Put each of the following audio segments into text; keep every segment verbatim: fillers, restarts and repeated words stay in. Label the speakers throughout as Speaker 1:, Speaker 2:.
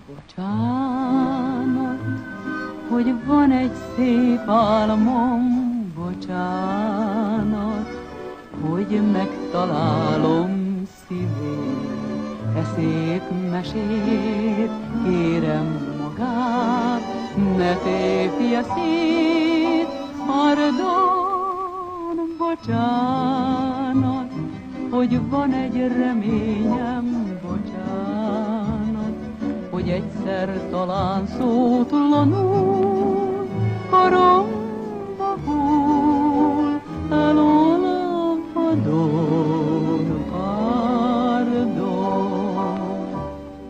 Speaker 1: Bocsánat, hogy van egy szép álmom, bocsánat, hogy megtalálom szívét, e szép mesét, kérem magát, ne tépje szét, pardon, bocsánat, hogy van egy reményem, bocsánat, hogy egyszer talán szótlanul karomba hull, elől padon, pardon.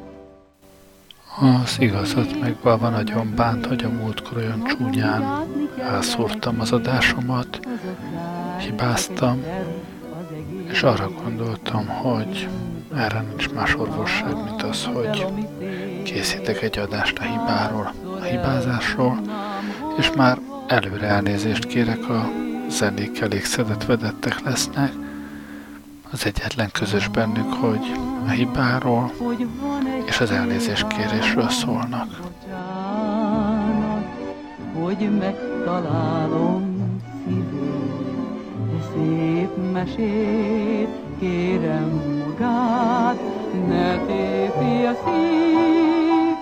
Speaker 2: Az igazat megvalva nagyon bánt, hogy a múltkor olyan csúnyán elszúrtam az adásomat, hibáztam, és arra gondoltam, hogy erre nincs más orvosság, mint az, hogy készítek egy adást a hibáról, a hibázásról, és már előre elnézést kérek, a zenék elég szedett-vedettek lesznek. Az egyetlen közös bennük, hogy a hibáról és az elnézéskérésről szólnak.
Speaker 1: Hogy megtalálom szívét, szép mesét, kérem magát, ne tépje szét,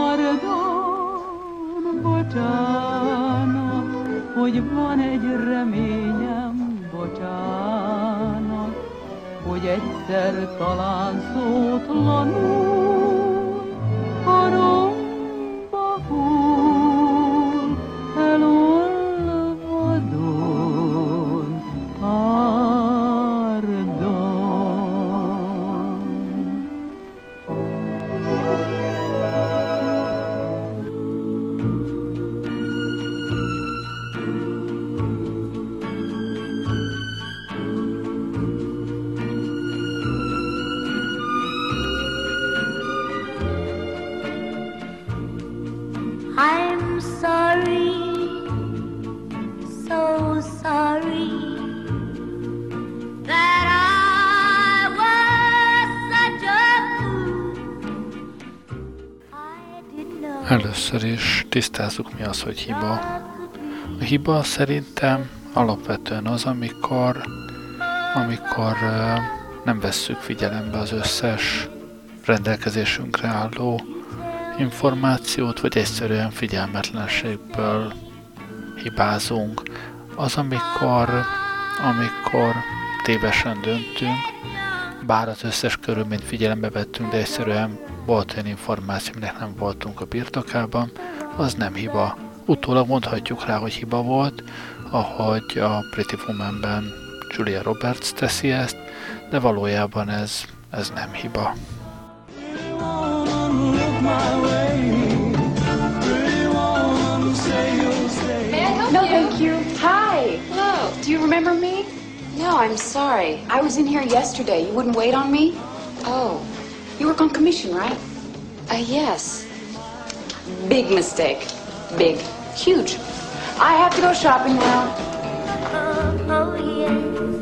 Speaker 1: pardon, bocsánat, hogy van egy reményem, bocsánat, hogy egyszer talán szótlanul karomba hull, elolvadon, pardon.
Speaker 3: I'm sorry, so sorry that I was such a fool. I did not.
Speaker 2: Először is tisztázzuk, mi az, hogy hiba. A hiba szerintem alapvetően az, amikor, amikor uh, nem vesszük figyelembe az összes rendelkezésünkre álló információt, vagy egyszerűen figyelmetlenségből hibázunk. Az, amikor, amikor tévesen döntünk, bár az összes körülményt figyelembe vettünk, de egyszerűen volt olyan információ, aminek nem voltunk a birtokában, az nem hiba. Utólag mondhatjuk rá, hogy hiba volt, ahogy a Pretty Woman-ben Julia Roberts teszi ezt, de valójában ez, ez nem hiba.
Speaker 4: No, thank you. Hi. Hello. Do you remember me? No, I'm sorry. I was in here yesterday. You wouldn't wait on me? Oh. You work on commission, right? Uh, yes. Big mistake. Big. Huge. I have to go shopping now.
Speaker 3: Oh, oh yes.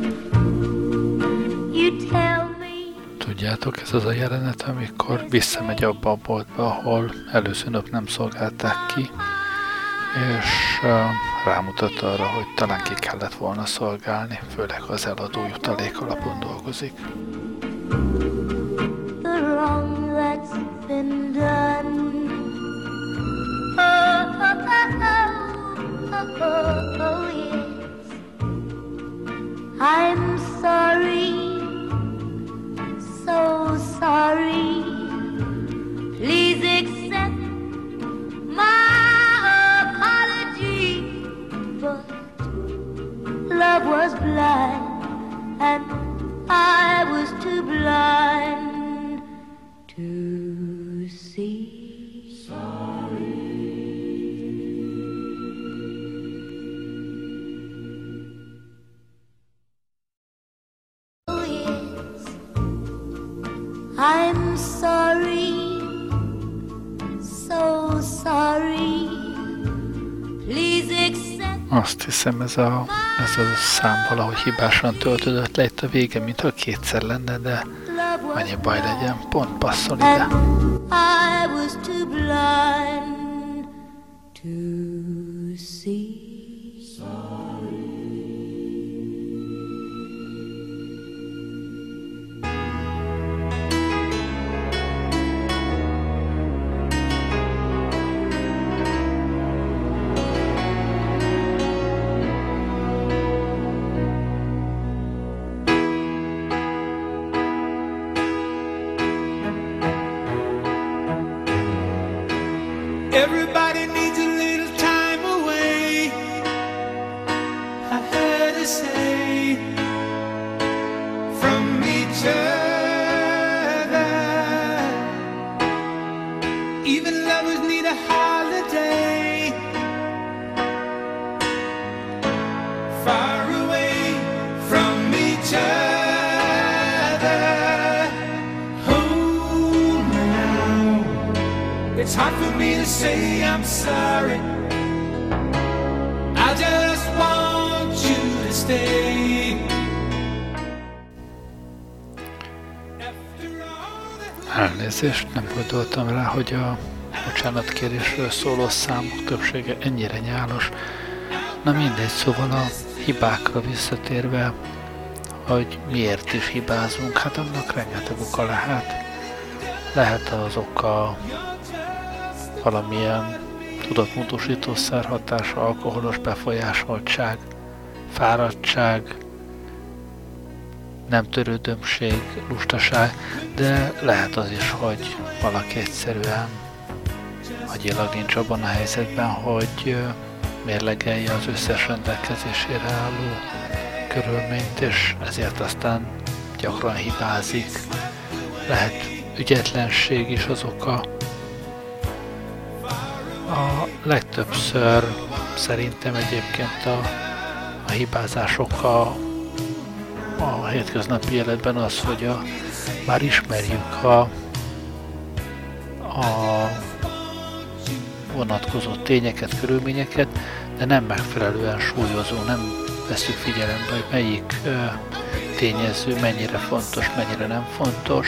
Speaker 3: You tell me.
Speaker 2: Tudjátok, ez az a jelenet, amikor visszamegy abba a boltba, ahol előző nap nem szolgálták ki, és uh, rámutat arra, hogy talán ki kellett volna szolgálni, főleg az eladó jutalék alapon dolgozik.
Speaker 3: The wrong that's been done. Oh, oh, oh, oh, oh, oh, yes. I'm sorry, so sorry. Please accept my apology, but love was blind and I was too blind to see. Oh yes, I'm sorry, so sorry. Please accept.
Speaker 2: Azt hiszem, ez a, ez a szám valahogy hibásan töltődött le itt a vége, mintha kétszer lenne, de mennyi baj legyen, pont passzol ide.
Speaker 3: I was too blind to see.
Speaker 5: Everybody needs a little time away, I heard her say, from each other. Even lovers need a holiday, far away from each other. Hold me now, it's hard for me to say I'm sorry. I just want you to stay.
Speaker 2: Elnézést, nem gondoltam rá, hogy a bocsánatkérésről szóló számok többsége ennyire nyálos. Na mindegy, szóval a hibákra visszatérve, hogy miért is hibázunk, hát annak rengeteg oka lehet. Lehet az oka valamilyen tudatmódosítószer hatása, alkoholos befolyásoltság, fáradtság, nem törődömség, lustaság, de lehet az is, hogy valaki egyszerűen agyilag nincs abban a helyzetben, hogy mérlegelje az összes rendelkezésére álló körülményt, és ezért aztán gyakran hibázik. Lehet ügyetlenség is az oka. A legtöbbször szerintem egyébként a, a hibázások a, a hétköznapi életben az, hogy a, már ismerjük a, a vonatkozó tényeket, körülményeket, de nem megfelelően súlyozó, nem veszük figyelembe, hogy melyik ö, tényező mennyire fontos, mennyire nem fontos,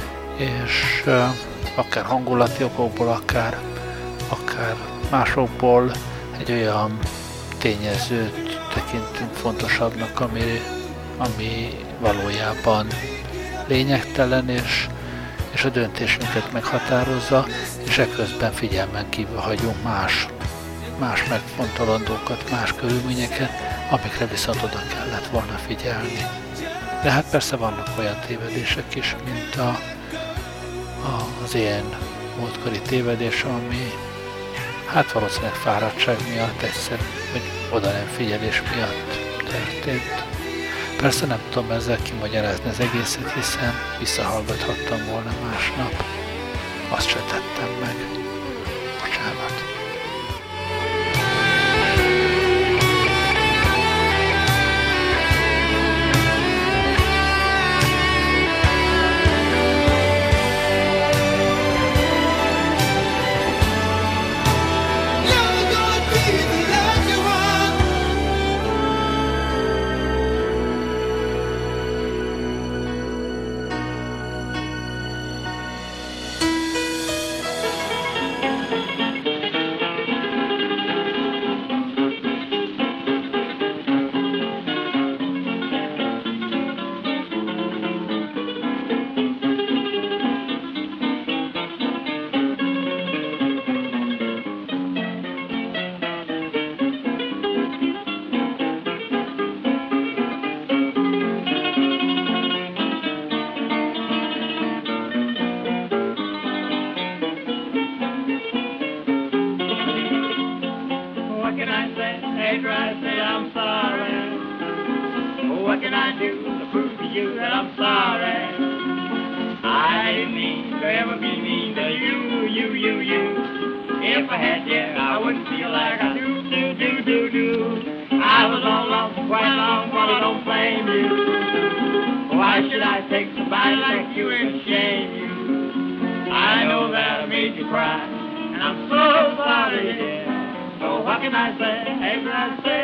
Speaker 2: és ö, akár hangulati okokból, akár akár másokból egy olyan tényezőt tekintünk fontosabbnak, ami, ami valójában lényegtelen, és, és a döntésünket meghatározza, és eközben figyelmen kívül hagyunk más, más megfontolandókat, más körülményeket, amikre viszont oda kellett volna figyelni. De hát persze vannak olyan tévedések is, mint a, a, az ilyen múltkori tévedés, ami hát valószínűleg fáradtság miatt, egyszer, vagy oda nem figyelés miatt történt. Persze nem tudom ezzel kimagyarázni az egészet, hiszen visszahallgathattam volna másnap. Azt se tettem meg. Bocsánat.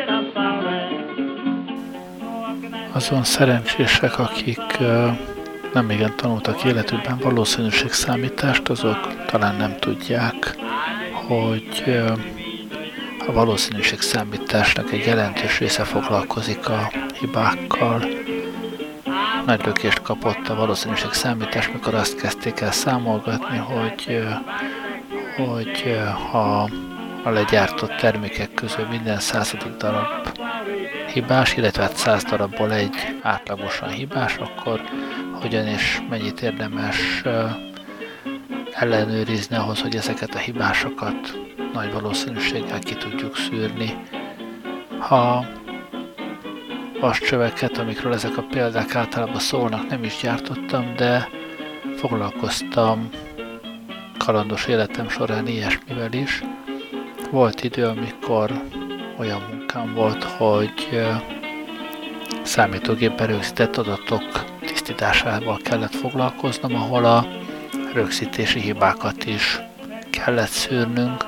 Speaker 2: Azon szerencsések, akik uh, nem igen tanultak életükben valószínűségszámítást, azok talán nem tudják, hogy a valószínűségszámításnak egy jelentős része foglalkozik a hibákkal. Nagy lökést kapott a valószínűségszámítás, mikor azt kezdték el számolgatni, hogy, hogy ha a legyártott termékek közül minden századik darab hibás, illetve hát száz darabból egy átlagosan hibás, akkor hogyan és mennyit érdemes ellenőrizni ahhoz, hogy ezeket a hibásokat nagy valószínűséggel ki tudjuk szűrni. Ha vascsöveket, amikről ezek a példák általában szólnak, nem is gyártottam, de foglalkoztam kalandos életem során ilyesmivel is. Volt idő, amikor olyan munkám volt, hogy számítógépben rögzített adatok tisztításával kellett foglalkoznom, ahol a rögzítési hibákat is kellett szűrnünk.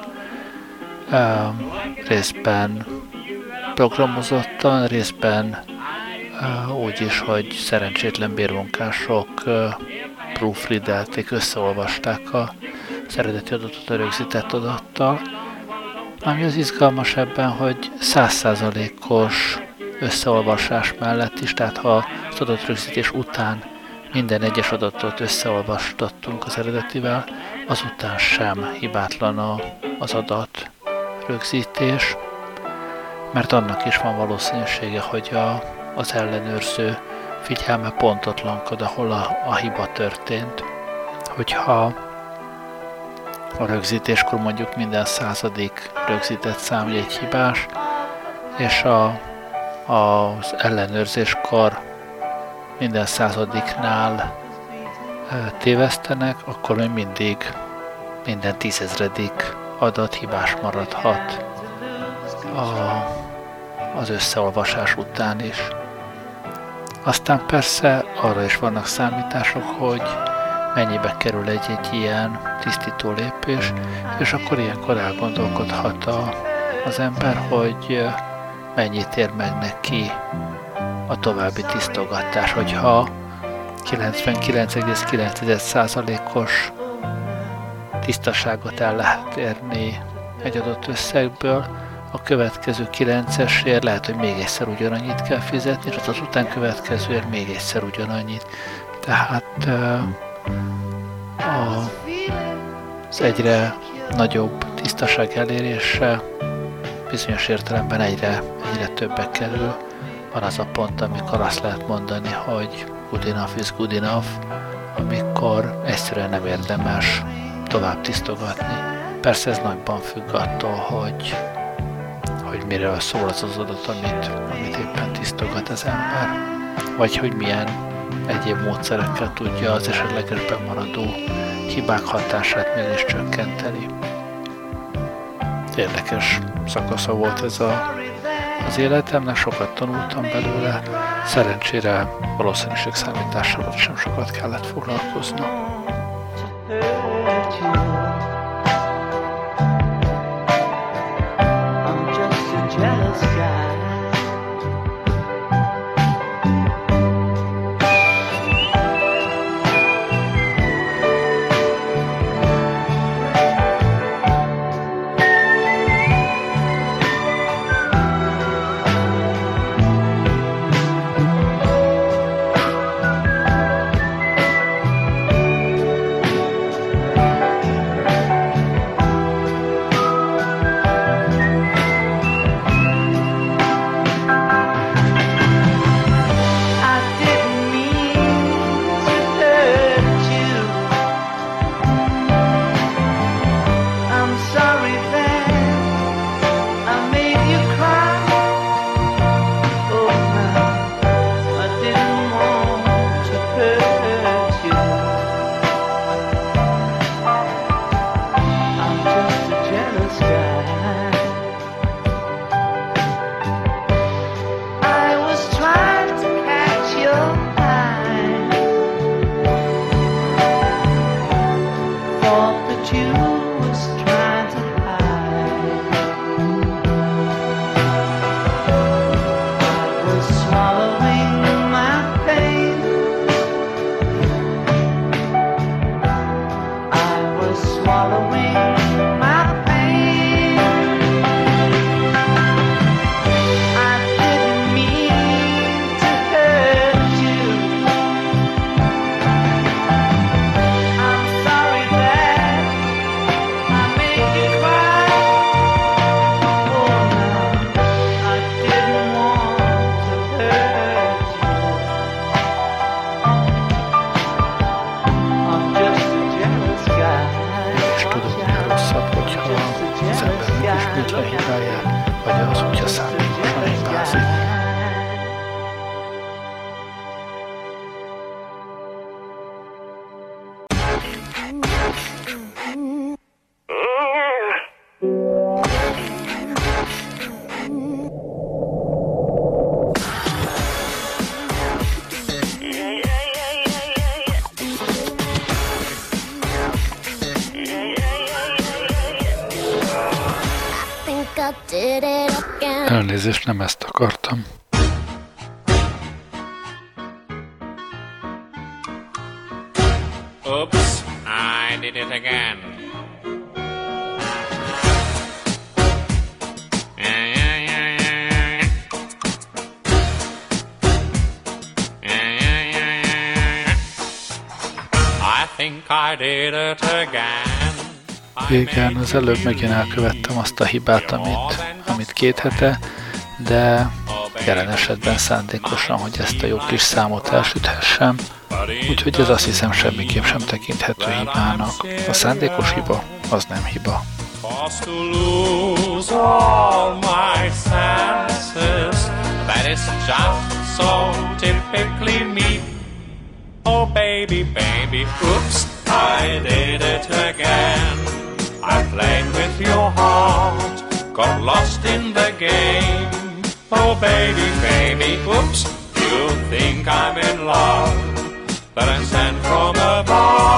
Speaker 2: Részben programozottan, részben úgy is, hogy szerencsétlen bérmunkások proofreadelték, összeolvasták az eredeti adatot a rögzített adattal. Ami az izgalmas ebben, hogy száz százalékos összeolvasás mellett is, tehát ha az adatrögzítés után minden egyes adatot összeolvastattunk az eredetivel, azután sem hibátlan az adat rögzítés, mert annak is van valószínűsége, hogy a, az ellenőrző figyelme pontatlankod, ahol a, a hiba történt. Hogyha a rögzítéskor mondjuk minden századik rögzített szám egy hibás, és a, az ellenőrzéskor minden századiknál tévesztenek, akkor még mindig minden tízezredik adat hibás maradhat a, az összeolvasás után is. Aztán persze arra is vannak számítások, hogy mennyibe kerül egy-egy ilyen tisztító lépés, és akkor ilyenkor elgondolkodhat a, az ember, hogy mennyit ér meg neki a további tisztogatás, hogyha kilencvenkilenc egész kilenc százalékos tisztaságot el lehet érni egy adott összegből, a következő kilencesért lehet, hogy még egyszer ugyanannyit kell fizetni, és az után következőért még egyszer ugyanannyit. Tehát az egyre nagyobb tisztaság elérése bizonyos értelemben egyre, egyre többe kerül. Van az a pont, amikor azt lehet mondani, hogy good enough is good enough, amikor egyszerűen nem érdemes tovább tisztogatni. Persze ez nagyban függ attól, hogy, hogy miről szól az az adat, amit, amit éppen tisztogat az ember, vagy hogy milyen egyéb módszerekkel tudja az esetleges bemaradó hibák hatását mégis csökkenteni. Érdekes szakasza volt ez a, az életemnek, sokat tanultam belőle, szerencsére valószínűségszámítással ott sem sokat kellett foglalkoznom.
Speaker 1: swallowing my pain. I didn't mean to hurt you. I'm sorry that I made you cry. Oh no, I didn't want to hurt you. I'm just a jealous guy.
Speaker 2: És tudom, mi a rosszabb, hogyha az ember megismétli a hibáját, vagy az, hogyha szándékosan hibázik.
Speaker 3: Think I did it again.
Speaker 2: Elnézést, nem ezt akartam.
Speaker 6: Oops, I did it again. Yeah, yeah, yeah, yeah, yeah. Yeah, yeah, yeah, yeah, yeah. I think I did it again.
Speaker 2: Igen, az előbb megint elkövettem azt a hibát, amit, amit két hete, de jelen esetben szándékosan, hogy ezt a jó kis számot elsüthessem. Úgyhogy ez azt hiszem semmiképp sem tekinthető hibának. A szándékos hiba, az nem hiba.
Speaker 6: Forced to lose all my senses. That is just so typically me. Oh baby, baby, oops, I did it again. I played with your heart, got lost in the game. Oh baby, baby, oops, you think I'm in love, that I'm sent from above.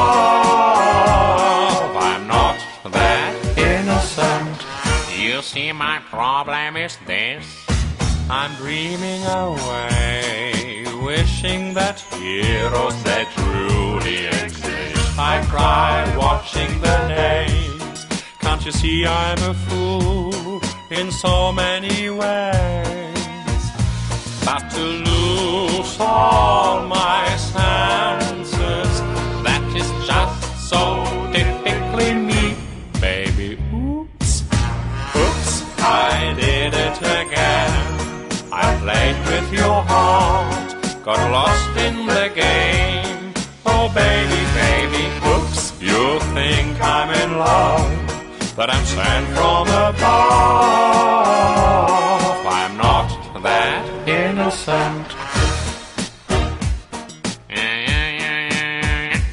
Speaker 6: I'm not that innocent. You see, my problem is this. I'm dreaming away, wishing that heroes that truly exist. I cry watching the names. Can't you see I'm a fool in so many ways? But to lose all my senses, that is just so typically me. Baby, oops, oops, I did it again. I played with your heart, got lost in the game. Oh baby, baby, oops, you think I'm in love, but I'm sent from above. I'm not that innocent. Yeah, yeah, yeah, yeah, yeah.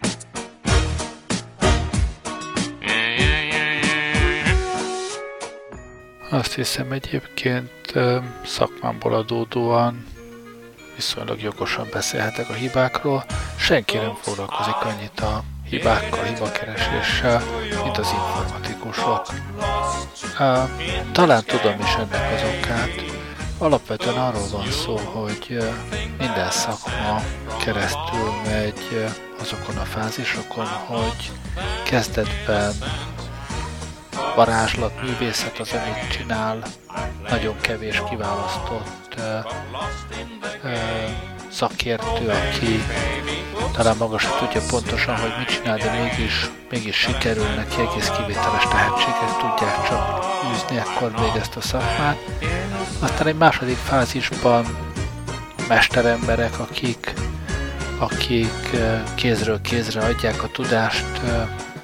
Speaker 6: Yeah, yeah, yeah, yeah, yeah.
Speaker 2: Azt hiszem egyébként ö, szakmámból adódóan viszonylag jogosan beszélhetek a hibákról. Senki nem foglalkozik annyit a hibákkal, hibakereséssel, mint az informatikusok. Uh, talán tudom is ennek az okát. Alapvetően arról van szó, hogy uh, minden szakma keresztül megy uh, azokon a fázisokon, hogy kezdetben varázslat, művészet az, amit csinál, nagyon kevés kiválasztott uh, uh, szakértő, aki talán maga se tudja pontosan, hogy mit csinál, de mégis, mégis sikerül neki, egész kivételes tehetséget tudják csak űzni, ekkor még ezt a szakmát. Aztán egy második fázisban mesteremberek, akik, akik kézről kézre adják a tudást, ö,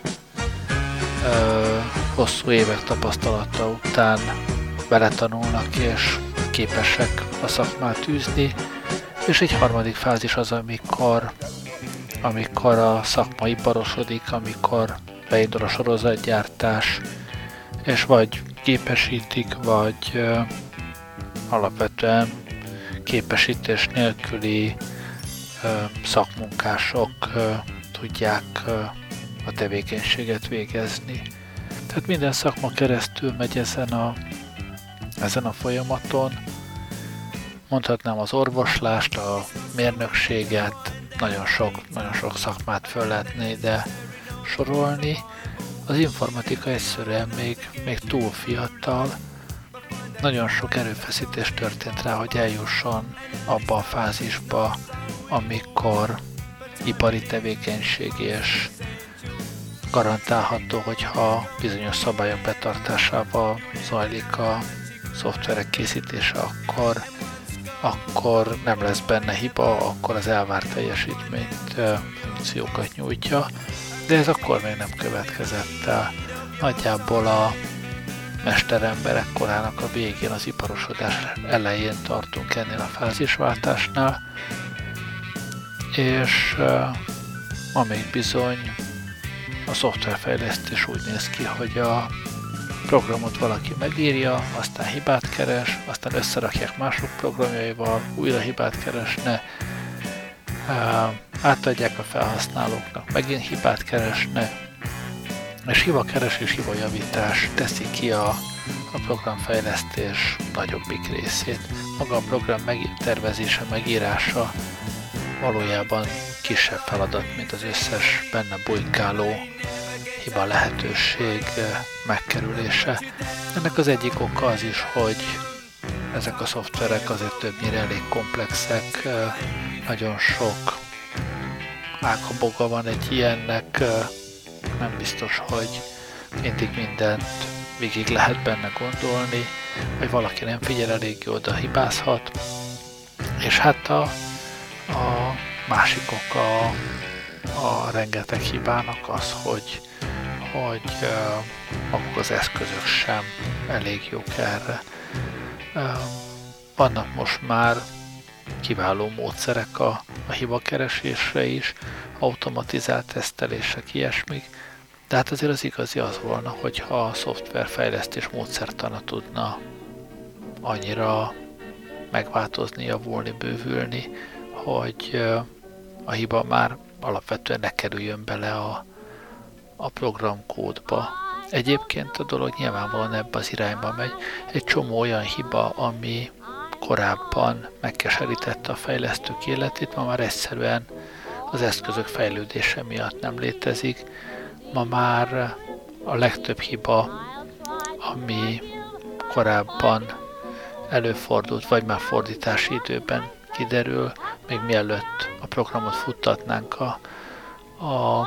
Speaker 2: ö, hosszú évek tapasztalata után beletanulnak és képesek a szakmát űzni, és egy harmadik fázis az, amikor, amikor a szakma iparosodik, amikor beindul a sorozatgyártás, és vagy képesítik, vagy uh, alapvetően képesítés nélküli uh, szakmunkások uh, tudják uh, a tevékenységet végezni. Tehát minden szakma keresztül megy ezen a, ezen a folyamaton. Mondhatnám az orvoslást, a mérnökséget, nagyon sok, nagyon sok szakmát föl lehetne ide sorolni. Az informatika egyszerűen még, még túl fiatal, nagyon sok erőfeszítés történt rá, hogy eljusson abba a fázisba, amikor ipari tevékenység és garantálható, hogyha bizonyos szabályok betartásával zajlik a szoftverek készítése, akkor, akkor nem lesz benne hiba, akkor az elvárt teljesítményt, funkciókat nyújtja, de ez akkor még nem következett el. Nagyjából a mesteremberek korának a végén, az iparosodás elején tartunk ennél a fázisváltásnál, és ma még bizony a szoftverfejlesztés úgy néz ki, hogy a programot valaki megírja, aztán hibát keres, aztán összerakják mások programjaival, újra hibát keresne, átadják a felhasználóknak, megint hibát keresne, és hibakeresés, hibajavítás teszi ki a, a programfejlesztés nagyobbik részét. Maga a program megtervezése, megírása valójában kisebb feladat, mint az összes benne bujkáló hiba lehetőség megkerülése. Ennek az egyik oka az is, hogy ezek a szoftverek azért többnyire elég komplexek, nagyon sok ákaboga van egy ilyennek, nem biztos, hogy mindig mindent végig lehet benne gondolni, vagy valaki nem figyel eléggé oda, hibázhat. És hát a, a másik oka a, a rengeteg hibának az, hogy, hogy uh, maguk az eszközök sem elég jók erre. Uh, vannak most már kiváló módszerek a, a hibakeresésre is, automatizált tesztelések, ilyesmik, de hát azért az igazi az volna, hogyha a szoftverfejlesztés módszertana tudna annyira megváltozni, javulni, bővülni, hogy a hiba már alapvetően ne kerüljön bele a, a programkódba. Egyébként a dolog nyilvánvalóan ebbe az irányba megy. Egy csomó olyan hiba, ami korábban megkeserítette a fejlesztők életét, ma már egyszerűen az eszközök fejlődése miatt nem létezik. Ma már a legtöbb hiba, ami korábban előfordult, vagy már fordítási időben kiderül, még mielőtt a programot futtatnánk, a, a,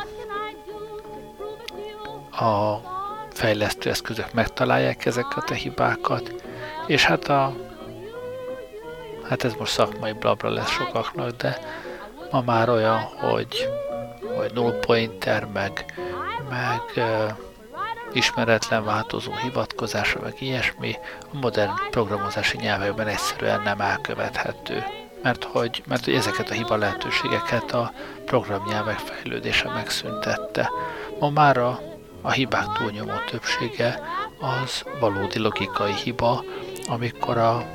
Speaker 2: a fejlesztő eszközök megtalálják ezeket a hibákat, és hát a hát ez most szakmai blabla lesz sokaknak, de ma már olyan, hogy, hogy null pointer, meg, meg uh, ismeretlen változó hivatkozása, meg ilyesmi a modern programozási nyelvekben egyszerűen nem elkövethető. Mert hogy, mert hogy ezeket a hiba lehetőségeket a programnyelvek fejlődése megszüntette. Ma már a, a hibák túlnyomó többsége az valódi logikai hiba, amikor a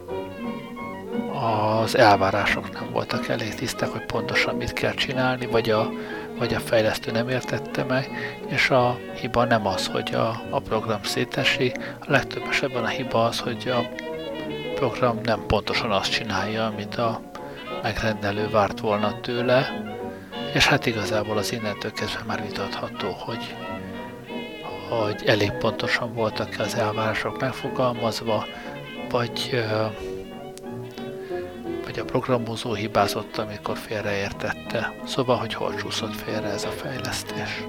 Speaker 2: az elvárások nem voltak elég tiszták, hogy pontosan mit kell csinálni, vagy a, vagy a fejlesztő nem értette meg, és a hiba nem az, hogy a, a program szétesik, a legtöbb esetben a hiba az, hogy a program nem pontosan azt csinálja, amit a megrendelő várt volna tőle, és hát igazából az innentől kezdve már vitatható, hogy, hogy elég pontosan voltak az elvárások megfogalmazva, vagy vagy a programozó hibázott, amikor félreértette. Szóval, hogy hol csúszott félre ez a fejlesztés.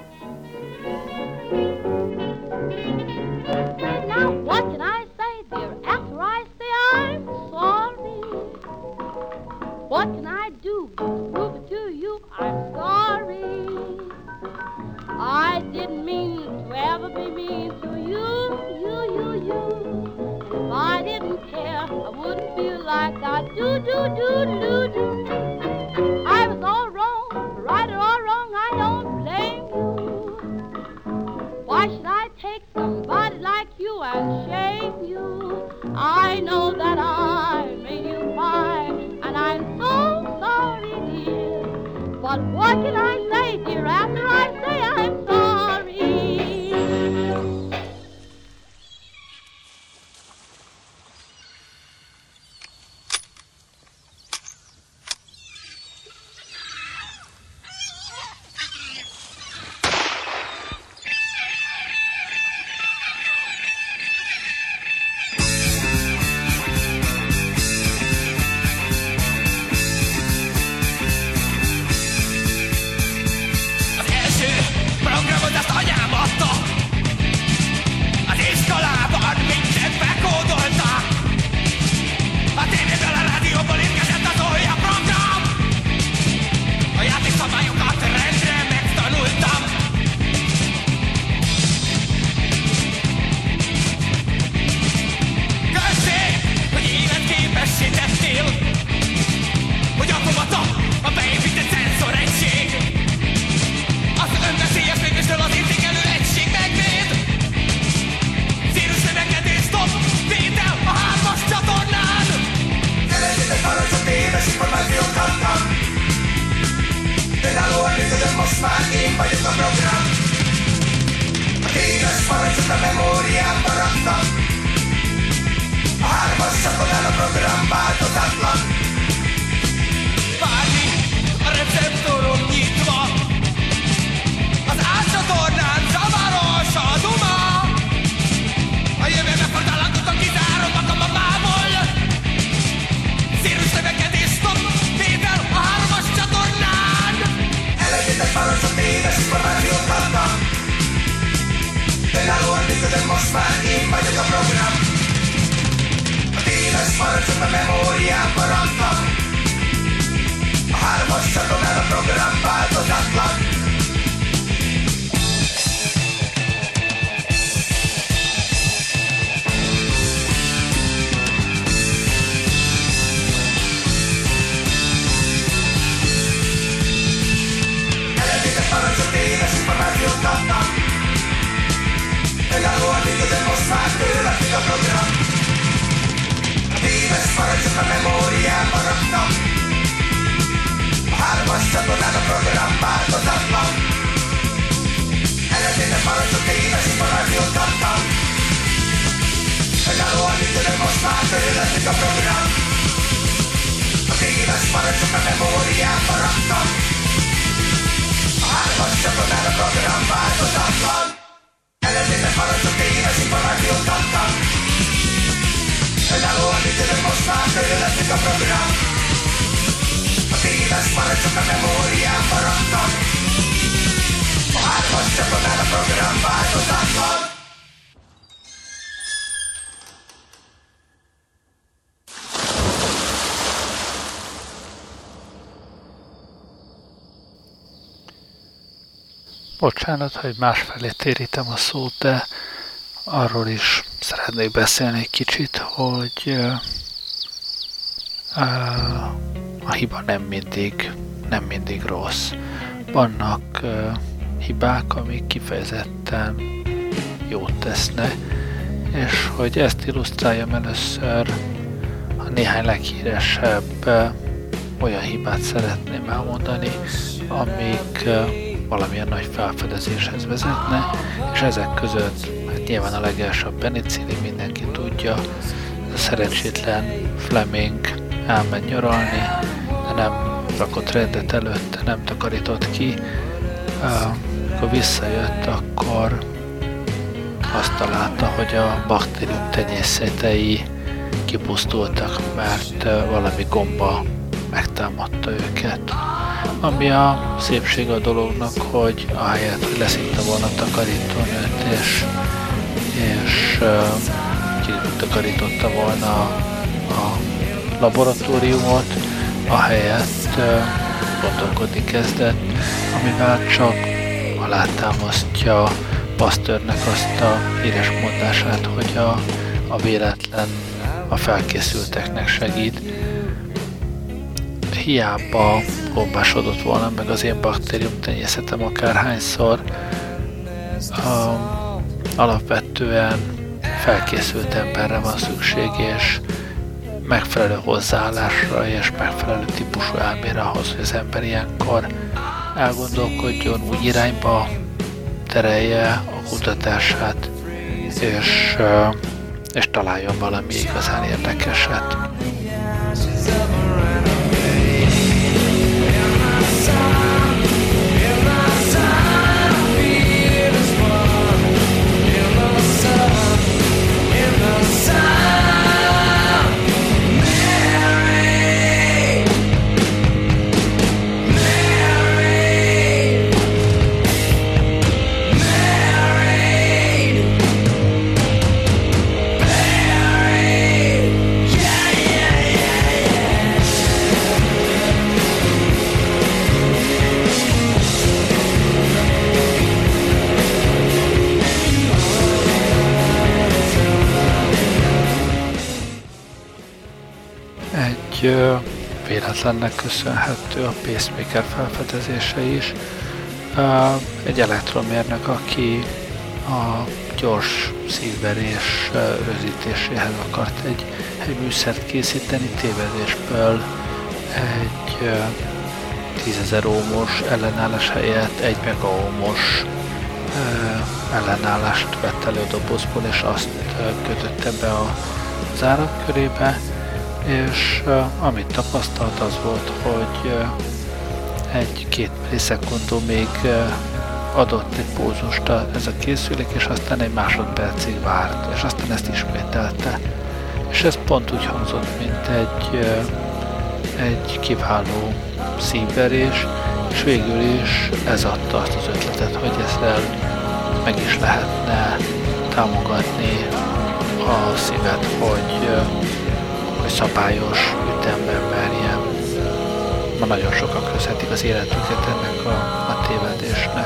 Speaker 3: Now what can I say, dear, after I say I'm sorry? What can I do to prove it to you I'm sorry? I didn't mean to ever be mean to you, you, you, you. If I didn't care, I wouldn't feel like I do, do, do, do, do. I was all wrong, right or all wrong, I don't blame you. Why should I take somebody like you and shame you? I know that I made you cry, and I'm so sorry, dear. But what can I say, dear, after I say I'm sorry?
Speaker 5: változatlan. Várni a receptoron nyitva, az átcsatornán zavaros a duma. A jövőbe fordulnak utak kizárom magam a mából. Szírus növekedés, stop, vétel a hármas csatornán. Elegyétek parancsot, éves információt adnak. Önállóan működöm most már, én vagyok a program. A téves parancsot a memóriámba raktam. A hármas csatornán a program változatlan. Elegyétek parancsot, éves információt adnak. Önállóan működöm most már, tőle függ a program. A téves parancsot a memóriámba raktam. A hármas csatornán a program változatlan. Elegyétek parancsot, téves információt adtam. Önállóan működöm most már, tőle függ a program. A téves parancsot a memóriámba raktam. A hármas csatornán a program változatlan. Elegyétek parancsot, téves információt adtam. Önállóan működöm most már, tőle függ a program. A téves parancsot a memóriámba raktam. A hármas csatornán a program változatlan.
Speaker 2: Bocsánat, hogy másfelé térítem a szót, de arról is szeretnék beszélni egy kicsit, hogy uh, uh, a hiba nem mindig, nem mindig rossz. Vannak uh, hibák, amik kifejezetten jót tesznek, és hogy ezt illusztráljam először, a néhány leghíresebb uh, olyan hibát szeretném elmondani, amik uh, valamilyen nagy felfedezéshez vezetne, és ezek között hát nyilván a legelső a penicillin, mindenki tudja, a szerencsétlen Fleming elment nyaralni, de nem rakott rendet előtte, nem takarított ki. Amikor visszajött, akkor azt találta, hogy a baktérium tenyészetei kipusztultak, mert valami gomba megtámadta őket. Ami a szépség a dolognak, hogy ahelyett, hogy leszívta volna a takarítónőt, és, és uh, kitakarította volna a laboratóriumot, ahelyett uh, gondolkodni kezdett, amivel csak alátámasztja Pasteurnek azt a híres mondását, hogy a, a véletlen a felkészülteknek segít. Hiába bombásodott volna meg az én baktérium tenyészetem akárhányszor, um, alapvetően felkészült emberre van szükség, és megfelelő hozzáállásra és megfelelő típusú elmére ahhoz, hogy az ember ilyenkor elgondolkodjon, úgy irányba terelje a kutatását, és, uh, és találjon valami igazán érdekeset. Véletlennek köszönhető a pacemaker felfedezése is. Egy elektromérnök, aki a gyors szívverés rögzítéséhez akart egy, egy műszert készíteni, tévedésből egy tízezer ohmos ellenállás helyett egy megaohmos ellenállást vett elő a dobozból, és azt kötötte be az áram körébe. és uh, amit tapasztalt az volt, hogy uh, egy-két millisekundum még uh, adott egy pózust a, ez a készülék, és aztán egy másodpercig várt, és aztán ezt ismételte. És ez pont úgy hangzott, mint egy, uh, egy kiváló szívverés, és végül is ez adta azt az ötletet, hogy ezzel meg is lehetne támogatni a szívet, hogy, hogy szabályos ütemben verjen. Ma nagyon sokan köszönhetik az életüket ennek a, a tévedésnek.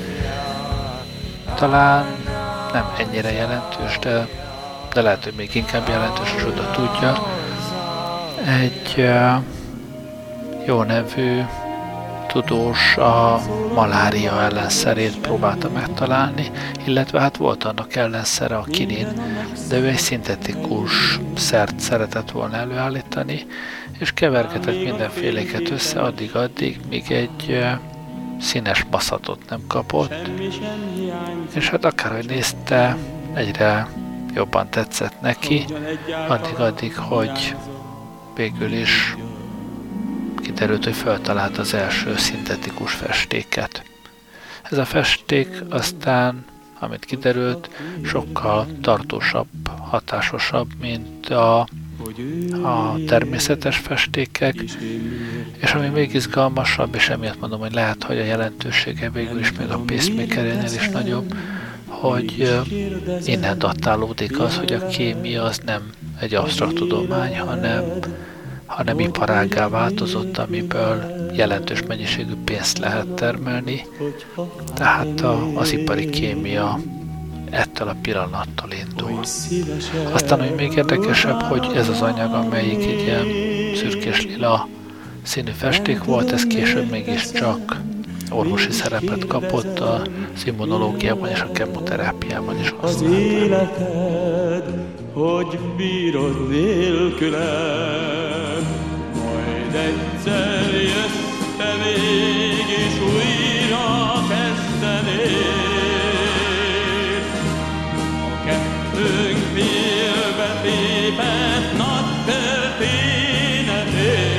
Speaker 2: Talán nem ennyire jelentős, de, de lehet, hogy még inkább jelentős, és oda tudja. Egy uh, jó nevű tudós a malária ellenszerét próbálta megtalálni, illetve hát volt annak ellenszere a kinin, de ő egy szintetikus szert szeretett volna előállítani, és kevergetett mindenféléket össze addig-addig, míg egy uh, színes baszatot nem kapott, és hát akárhogy nézte, egyre jobban tetszett neki, addig-addig, hogy végül is kiderült, hogy feltalált az első szintetikus festéket. Ez a festék aztán, amit kiderült, sokkal tartósabb, hatásosabb, mint a, a természetes festékek, és ami még izgalmasabb, és emiatt mondom, hogy lehet, hogy a jelentősége végül is még a pacemakerénél is nagyobb, hogy innen datálódik az, hogy a kémia az nem egy absztrakt tudomány, hanem hanem iparággá változott, amiből jelentős mennyiségű pénzt lehet termelni. Tehát a, az ipari kémia ettől a pillanattól indul. Aztán, hogy még érdekesebb, hogy ez az anyag, amelyik egy ilyen szürkés-lila színű festék volt, ez később mégiscsak orvosi szerepet kapott az immunológiában és a kemoterápiában is használták.
Speaker 7: Az életed, hogy bírod nélkülem, majd egyszer jössz te mégis újra kezdenéd. A kettőnk félbe tépett nagy történetét.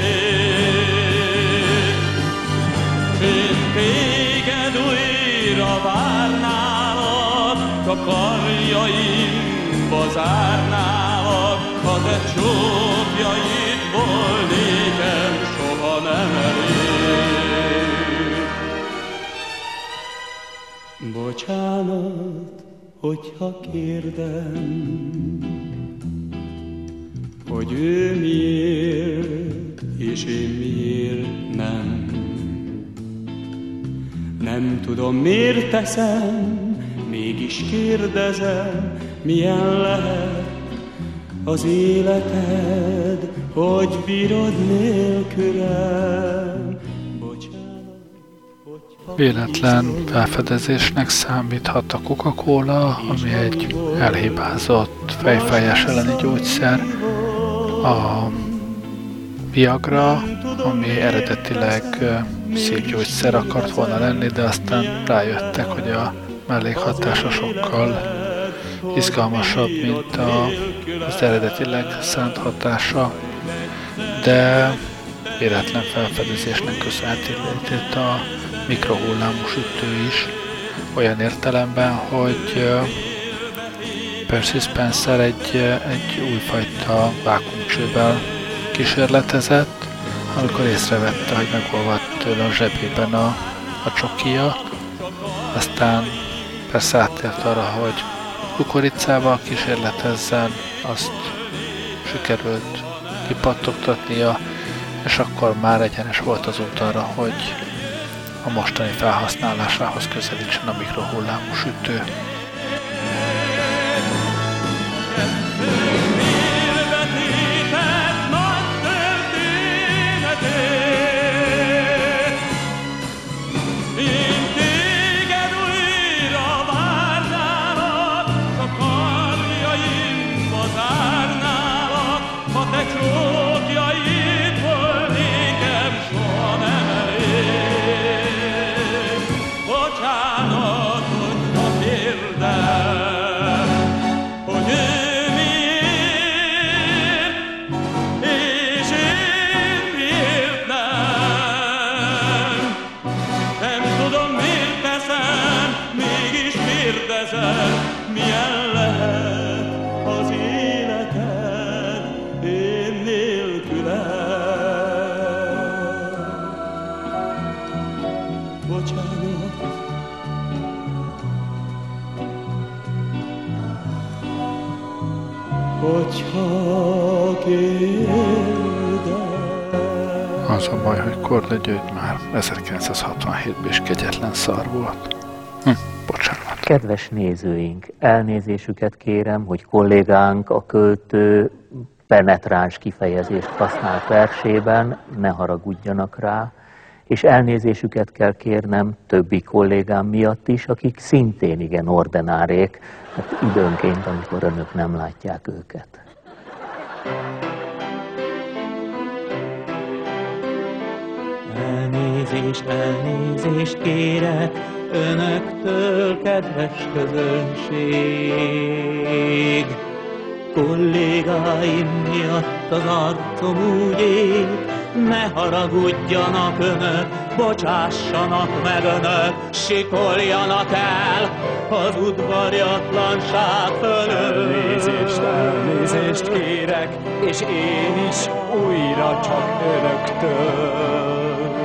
Speaker 7: Én téged újra várnálak, a karjaimba zárnálak, ha te csókjaidból nékem soha nem elég. Bocsánat, hogyha kérdem, hogy ő miért, és én miért nem. Nem tudom, miért teszem, mégis kérdezem, milyen lehet az életed, hogy bírod nélkülem. Bocsánat, hogyha...
Speaker 2: Véletlen felfedezésnek számíthat a Coca-Cola, ami egy elhibázott fejfájás elleni gyógyszer, a Viagra, ami eredetileg szívgyógyszer akart volna lenni, de aztán rájöttek, hogy a mellékhatása sokkal izgalmasabb, mint a, az eredetileg szánt hatása, de véletlen felfedezésnek köszönhetett a mikrohullámú sütő is, olyan értelemben, hogy Percy Spencer egy, egy újfajta vákuumcsővel kísérletezett, amikor észrevette, hogy megolvadt tőle a zsebében a, a csokija. Aztán persze áttért arra, hogy kukoricával kísérletezzen, azt sikerült kipattogtatnia, és akkor már egyenes volt az út arra, hogy a mostani felhasználásához közelítsen a mikrohullámú sütő.
Speaker 7: Bocsánat, hogyha kérdezem, milyen lehet az életed én nélküled. Bocsánat, hogyha kérdez.
Speaker 2: Az a baj, hogy Korda György már ezerkilencszázhatvanhétben is kegyetlen szar volt. Hm, bocsánat.
Speaker 8: Kedves nézőink, elnézésüket kérem, hogy kollégánk a költő penetráns kifejezést használt versében, ne haragudjanak rá, és elnézésüket kell kérnem többi kollégám miatt is, akik szintén igen ordinárék, hát időnként, amikor önök nem látják őket.
Speaker 9: Elnézést, elnézést kérek önöktől, kedves közönség. Kollégáim miatt az arcom úgy ég, ne haragudjanak önök, bocsássanak meg önök, sikoljanak el az udvariatlanság fölött.
Speaker 7: Elnézést, elnézést kérek, és én is újra csak önöktől.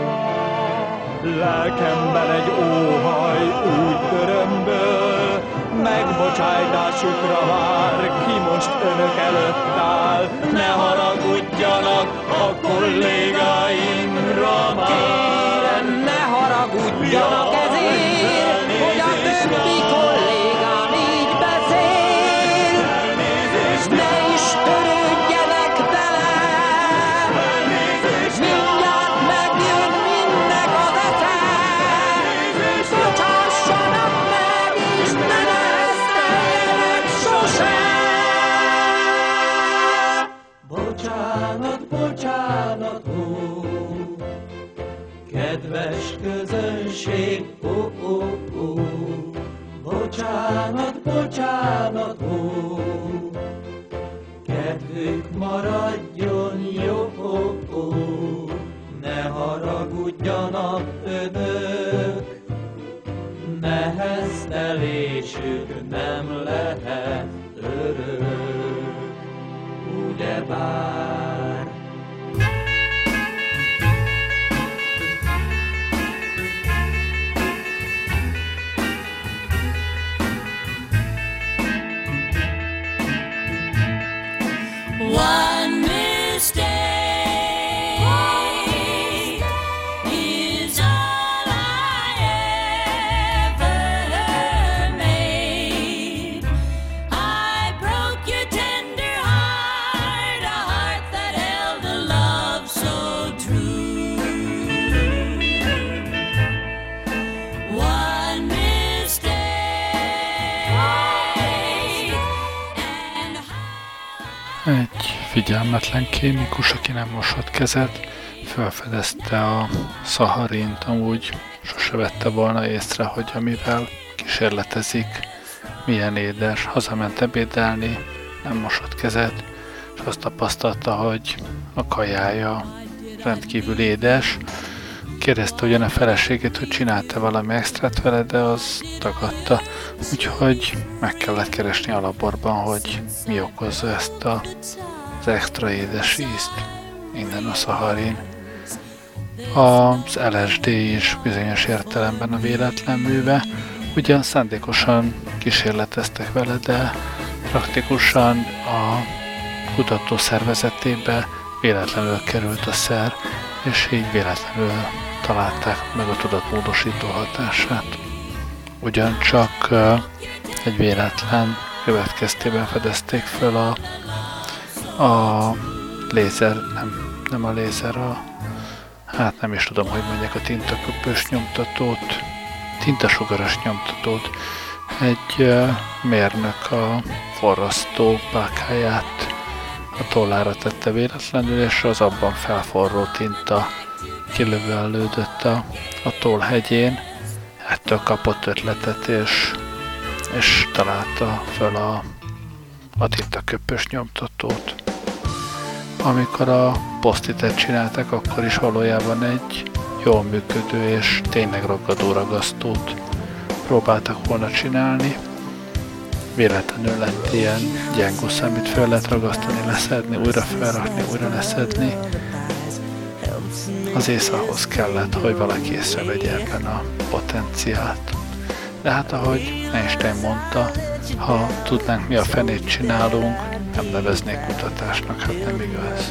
Speaker 7: Lelkemben egy óhaj új örömből, megbocsájtásukra vár, ki most önök előtt áll. Ne haragudjanak a kollégáimra már.
Speaker 9: Kérem, ne haragudjanak ezért, hogy a többi kollégám így beszél. Ne is törődjenek vele, mindjárt megjön mindnek az esze. Bocsássanak meg, és ne nehezteljenek sosem. Bocsánat, bocsánat, ó, kedves közönség, ó, ó, ó. Bocsánat, bocsánat, ó, kedvük maradjon jó, ó, ó. Ne haragudjanak önök, neheztelésük nem lehet örök, ugyebár.
Speaker 10: One mistake is all I ever made. I broke your tender heart, a heart that held a love so true. One mistake and
Speaker 2: Egy figyelmetlen kémikus, aki nem mosott kezet, felfedezte a szaharint, amúgy sose vette volna észre, hogy amivel kísérletezik, milyen édes. Hazament ebédelni, nem mosott kezet, és azt tapasztalta, hogy a kajája rendkívül édes. Kérdezte ugyan a feleségét, hogy csinálta valami extrát vele, de az tagadta. Úgyhogy meg kellett keresni a laborban, hogy mi okozza ezt a, az extra édes ízt. Innen a szaharin. Az el es dé is bizonyos értelemben a véletlen műve. Ugyan szándékosan kísérleteztek vele, de praktikusan a kutató szervezetébe véletlenül került a szer, és így véletlenül találták meg a tudatmódosító hatását. Ugyancsak uh, egy véletlen következtében fedezték fel a, a lézer, nem, nem a lézer, a, hát nem is tudom, hogy mondják, a tintaköpős nyomtatót, tintasugaras nyomtatót. Egy uh, mérnök a forrasztó pálkáját a tollára tette véletlenül, és az abban felforró tinta kilövellődött a, a tollhegyén. Ettől kapott ötletet, és, és találta föl a, a tintaköpős nyomtatót. Amikor a posztitet csináltak, akkor is valójában egy jól működő és tényleg ragadó ragasztót próbáltak volna csinálni, véletlenül lett ilyen gyengusz, amit fel lehet ragasztani, leszedni, újra felrakni, újra leszedni. Az észahhoz kellett, hogy valaki észrevegye ebben a potenciált. De hát ahogy Einstein mondta, ha tudnánk mi a fenét csinálunk, nem neveznék kutatásnak, hát nem igaz.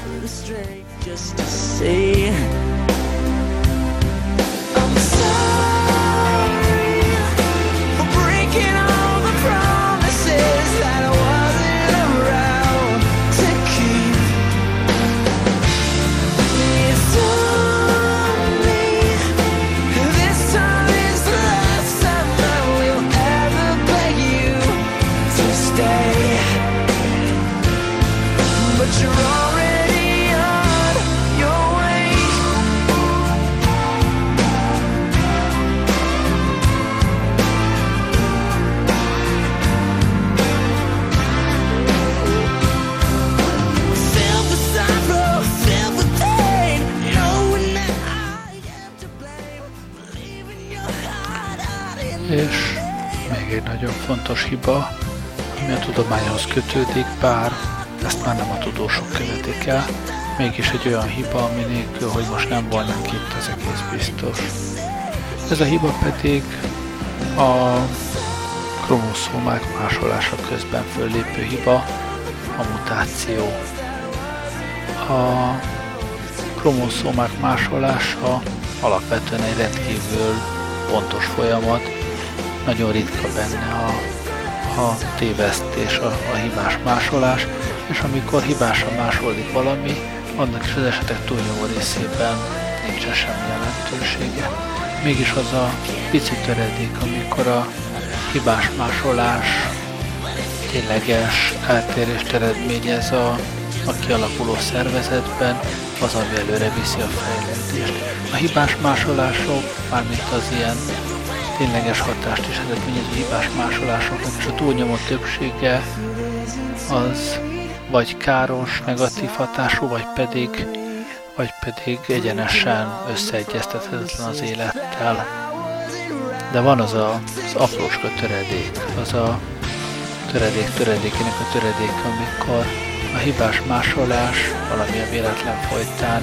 Speaker 2: És még egy nagyon fontos hiba, ami a tudományhoz kötődik, bár ezt már nem a tudósok követik el, mégis egy olyan hiba, ami nélkül, hogy most nem volnánk itt, az egész biztos. Ez a hiba pedig a kromoszómák másolása közben föllépő hiba, a mutáció. A kromoszómák másolása alapvetően egy rendkívül pontos folyamat, nagyon ritka benne a, a tévesztés, a, a hibás másolás, és amikor hibásan másolik valami, annak is az esetek túlnyomó részében nincsen semmi jelentősége. Mégis az a pici töredék, amikor a hibás másolás tényleges eltérést eredményez a, a kialakuló szervezetben, az, ami előre viszi a fejlődést. A hibás másolások, mármint az ilyen tényleges hatást is eredményező hibás másolásoknak, és a túlnyomó többsége az vagy káros, negatív hatású, vagy pedig, vagy pedig egyenesen összeegyeztethetetlen az élettel. De van az a, az aprócska töredék, az a töredék töredékének a töredék, amikor a hibás másolás valamilyen véletlen folytán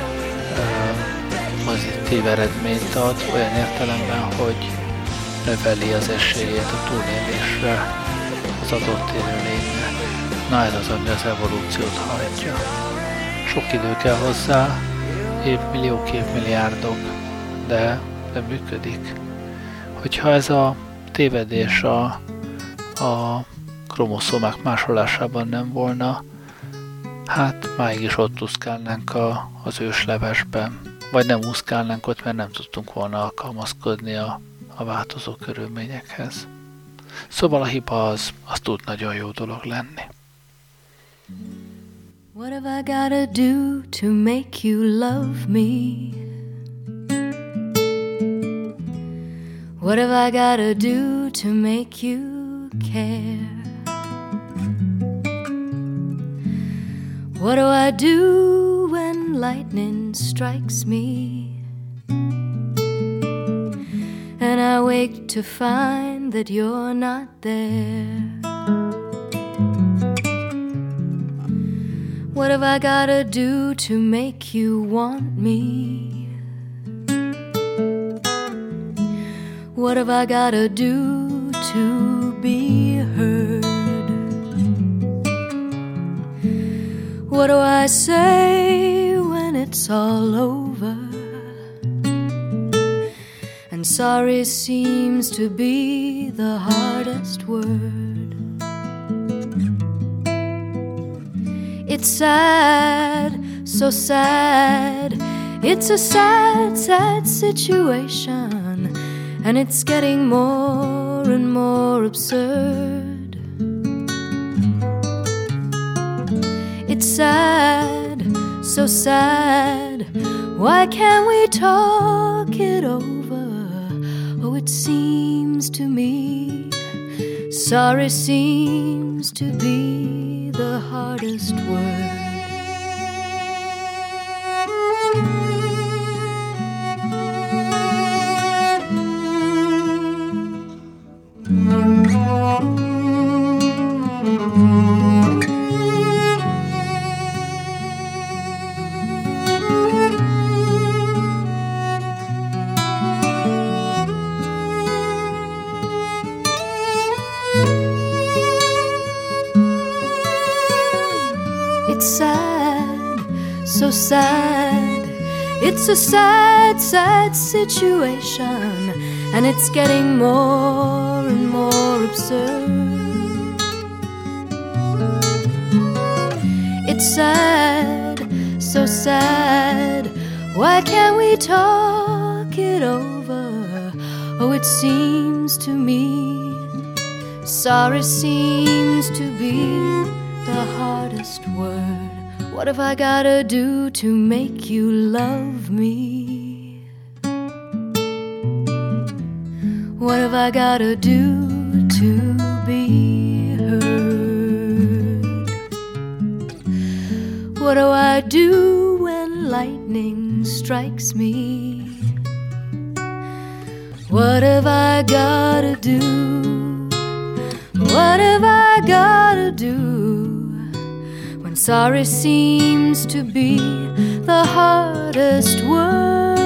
Speaker 2: pozitív eredményt ad, olyan értelemben, hogy növeli az esélyét a túlélésre az adott élőlénynek. Na, ez az, ami az evolúciót hajtja. Sok idő kell hozzá, évmilliók, évmilliárdok, de, de működik. Hogyha ez a tévedés a, a kromoszómák másolásában nem volna, hát máig is ott úszkálnánk a, az őslevesben, vagy nem úszkálnánk ott, mert nem tudtunk volna alkalmazkodni a, a változó körülményekhez. Szóval a hiba az, az tud nagyon jó dolog lenni.
Speaker 10: What have I gotta do to make you love me? What have I gotta do to make you care? What do I do when lightning strikes me? And I wake to find that you're not there. What have I gotta do to make you want me? What have I gotta do to be heard? What do I say when it's all over? And sorry seems to be the hardest word. It's sad, so sad. It's a sad, sad situation, and it's getting more and more absurd. It's sad, so sad. Why can't we talk it over? Oh, it seems to me sorry seems to be the hardest word. It's sad, so sad. It's a sad, sad situation, and it's getting more and more absurd. It's sad, so sad. Why can't we talk it over? Oh, it seems to me sorry seems to be the hardest word. What have I gotta do to make you love me? What have I gotta do to be heard? What do I do when lightning strikes me? What have I gotta do? What have I gotta do when sorry seems to be the hardest word?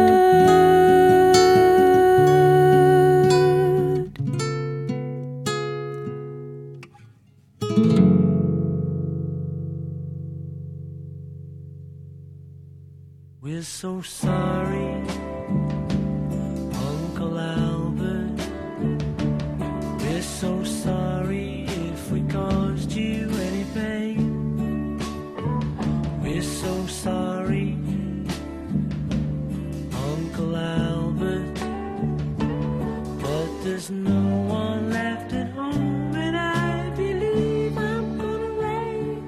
Speaker 1: We're so sorry, Uncle Albert. We're so sorry if we caused you any pain. We're so sorry, Uncle Albert. But there's no one left at home, and I believe I'm gonna rain.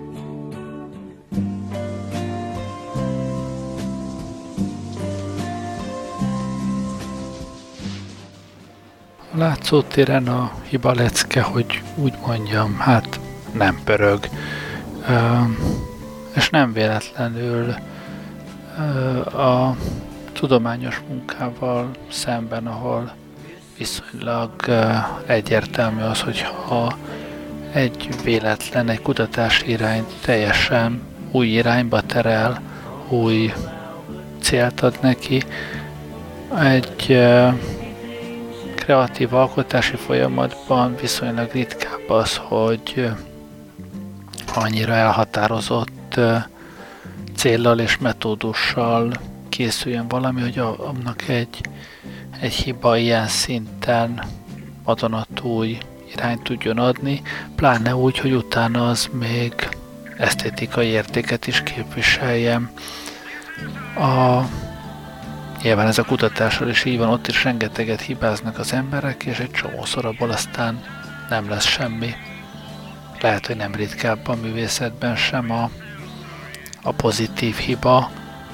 Speaker 2: A látszótéren a hiba lecke, hogy úgy mondjam, hát nem pörög. Ö, és nem véletlenül ö, a tudományos munkával szemben, ahol viszonylag ö, egyértelmű az, hogyha egy véletlen, egy kutatási irány teljesen új irányba terel, új célt ad neki, egy ö, kreatív alkotási folyamatban viszonylag ritkább az, hogy annyira elhatározott céllal és metódussal készüljön valami, hogy annak egy, egy hiba ilyen szinten vadonatúj irányt tudjon adni, pláne úgy, hogy utána az még esztétikai értéket is képviseljen. A Nyilván ez a kutatással is így van, ott is rengeteget hibáznak az emberek, és egy csomószor abból aztán nem lesz semmi. Lehet, hogy nem ritkább a művészetben sem a, a pozitív hiba.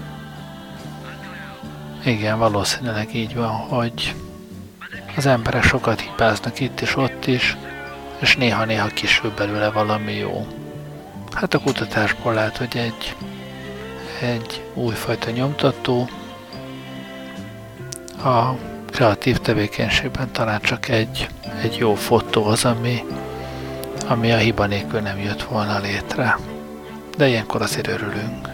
Speaker 2: Igen, valószínűleg így van, hogy az emberek sokat hibáznak itt és ott is, és néha-néha kisül belőle valami jó. Hát a kutatásból lehet, hogy egy, egy újfajta nyomtató, a kreatív tevékenységben talán csak egy, egy jó fotó az, ami, ami a hiba nélkül nem jött volna létre. De ilyenkor azért örülünk.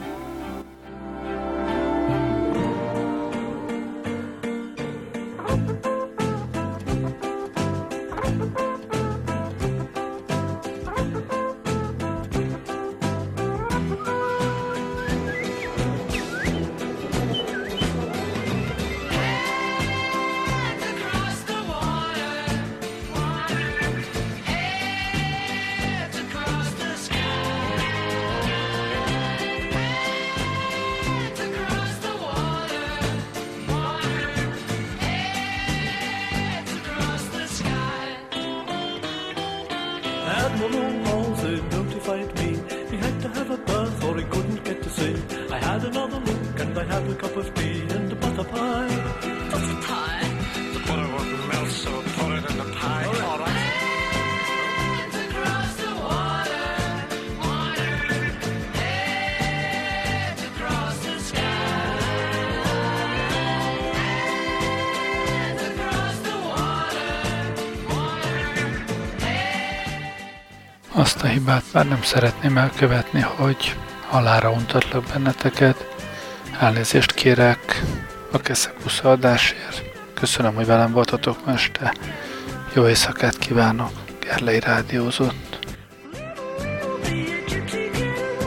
Speaker 2: Azt a hibát már nem szeretném elkövetni, hogy halálra untatlak benneteket. Elnézést kérek a Keszekusza adásért. Köszönöm, hogy velem voltatok ma este. Jó éjszakát kívánok. Gerlei rádiózott.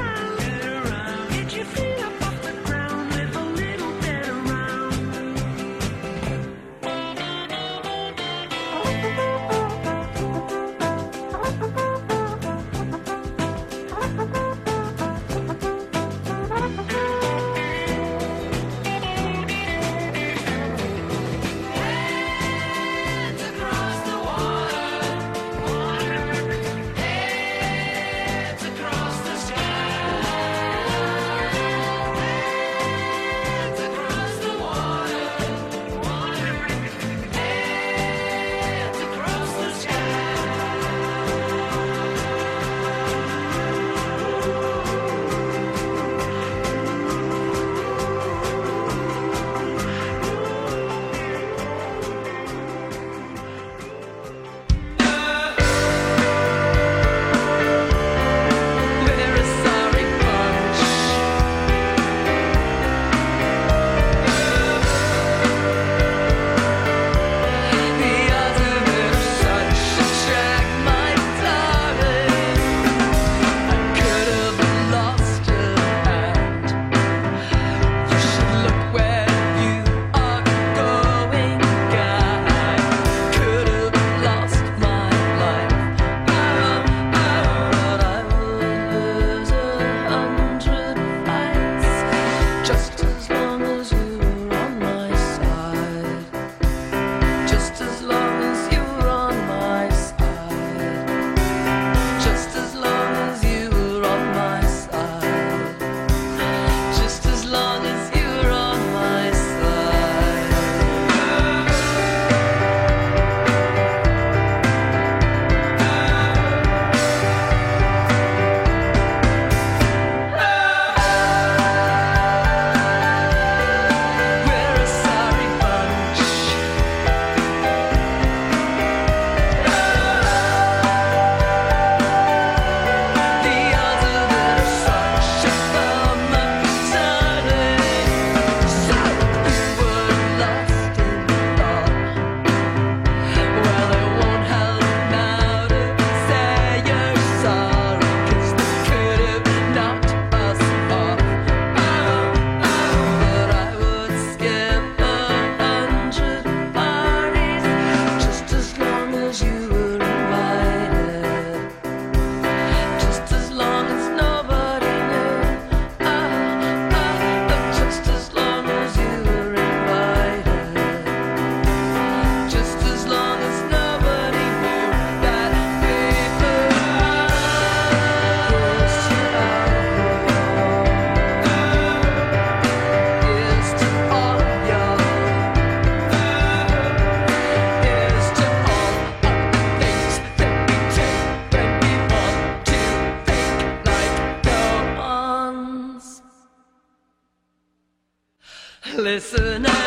Speaker 9: Listen